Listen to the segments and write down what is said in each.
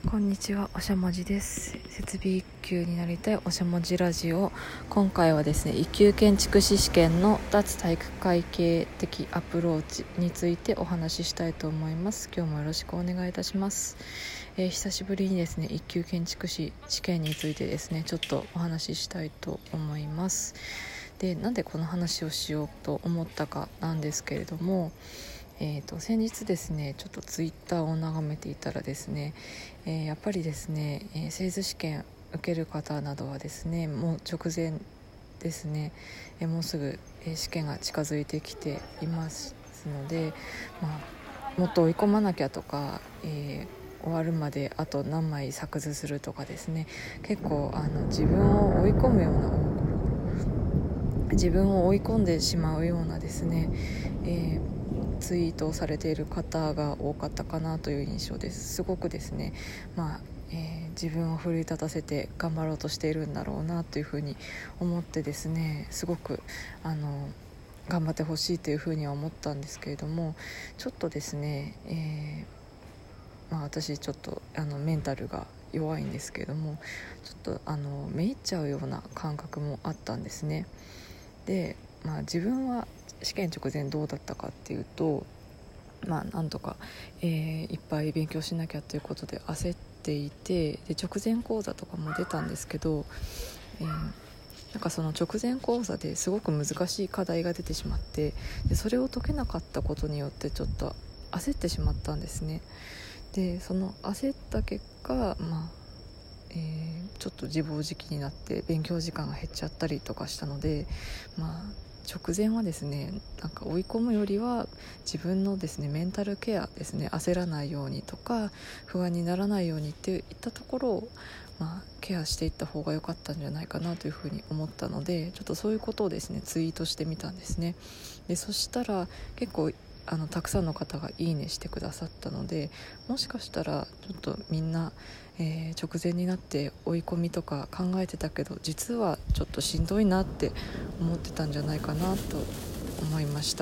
こんにちは、おしゃもじです。設備一級になりたいおしゃもじラジオ。今回はですね、一級建築士試験の脱体育会系的アプローチについてお話ししたいと思います。今日もよろしくお願いいたします。久しぶりにですね、一級建築士試験についてですね、ちょっとお話ししたいと思います。で、なんでこの話をしようと思ったかなんですけれども、先日ですね、ちょっとツイッターを眺めていたらですね、やっぱりですね、製図試験受ける方などはですね、もう直前ですね、もうすぐ、試験が近づいてきていますので、もっと追い込まなきゃとか、終わるまであと何枚作図するとかですね、結構自分を追い込むような自分を追い込んでしまうようなですね、ツイートをされている方が多かったかなという印象です。すごくですね、自分を奮い立たせて頑張ろうとしているんだろうなというふうに思ってですね、すごく頑張ってほしいというふうには思ったんですけれども、ちょっとですね、私ちょっとメンタルが弱いんですけれども、ちょっとめいっちゃうような感覚もあったんですね。で、自分は試験直前どうだったかっていうと、なんとか、いっぱい勉強しなきゃということで焦っていて、で直前講座とかも出たんですけど、なんかその直前講座ですごく難しい課題が出てしまって、でそれを解けなかったことによってちょっと焦ってしまったんですね。でその焦った結果、ちょっと自暴自棄になって勉強時間が減っちゃったりとかしたので、直前はですね、なんか追い込むよりは自分のですねメンタルケアですね、焦らないようにとか不安にならないようにっていったところを、ケアしていった方が良かったんじゃないかなというふうに思ったので、ちょっとそういうことをですねツイートしてみたんですね。でそしたら結構たくさんの方がいいねしてくださったので、もしかしたらちょっとみんな、直前になって追い込みとか考えてたけど、実はちょっとしんどいなって思ってたんじゃないかなと思いました。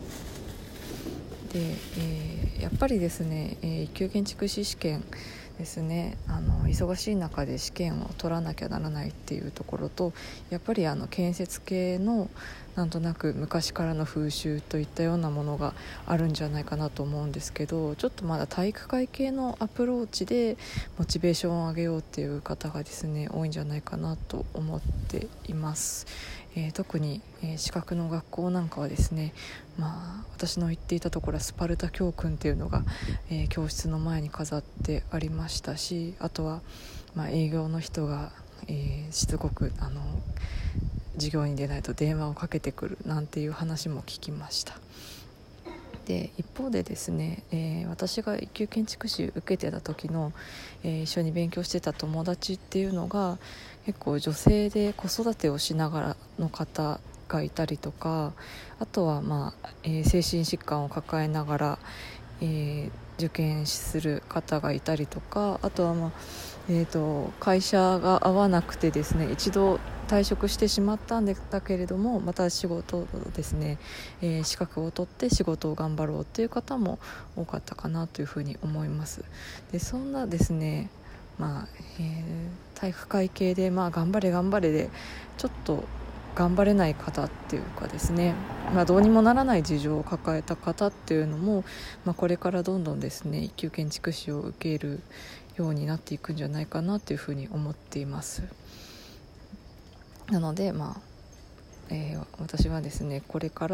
で、やっぱりですね、一級建築士試験ですね、忙しい中で試験を取らなきゃならないっていうところと、やっぱり建設系のなんとなく昔からの風習といったようなものがあるんじゃないかなと思うんですけど、ちょっとまだ体育会系のアプローチでモチベーションを上げようっていう方がですね多いんじゃないかなと思っています。特に、資格の学校なんかはですね、私の行っていたところはスパルタ教訓っていうのが、教室の前に飾ってありましたし、あとは、営業の人が、しつこく授業に出ないと電話をかけてくるなんていう話も聞きました。で一方でですね、私が一級建築士受けてた時の、一緒に勉強してた友達っていうのが結構女性で子育てをしながらの方がいたりとか、あとは、精神疾患を抱えながら、受験する方がいたりとか、あとは、会社が合わなくてですね一度退職してしまったんだけれども、また仕事をですね、資格を取って仕事を頑張ろうという方も多かったかなというふうに思います。でそんなですね、体育会系で、頑張れ頑張れでちょっと頑張れない方っていうかですね、どうにもならない事情を抱えた方っていうのも、これからどんどんですね一級建築士を受けるようになっていくんじゃないかなというふうに思っています。なので、私はですねこれから、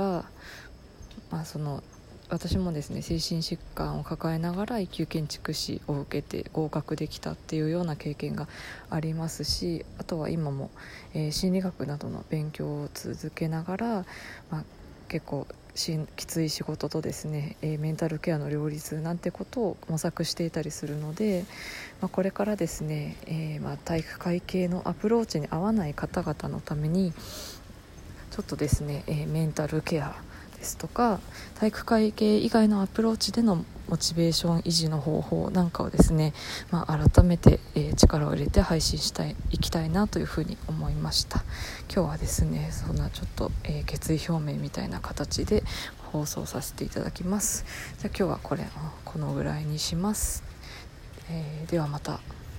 私もですね精神疾患を抱えながら一級建築士を受けて合格できたっていうような経験がありますし、あとは今も、心理学などの勉強を続けながら、結構きつい仕事とですね、メンタルケアの両立なんてことを模索していたりするので、これからですね、体育会系のアプローチに合わない方々のためにちょっとですね、メンタルケアですとか体育会系以外のアプローチでのモチベーション維持の方法なんかをですね、改めて、力を入れて配信していきたいなというふうに思いました。今日はですねそんなちょっと、決意表明みたいな形で放送させていただきます。じゃあ今日はこのぐらいにします。 ではまた。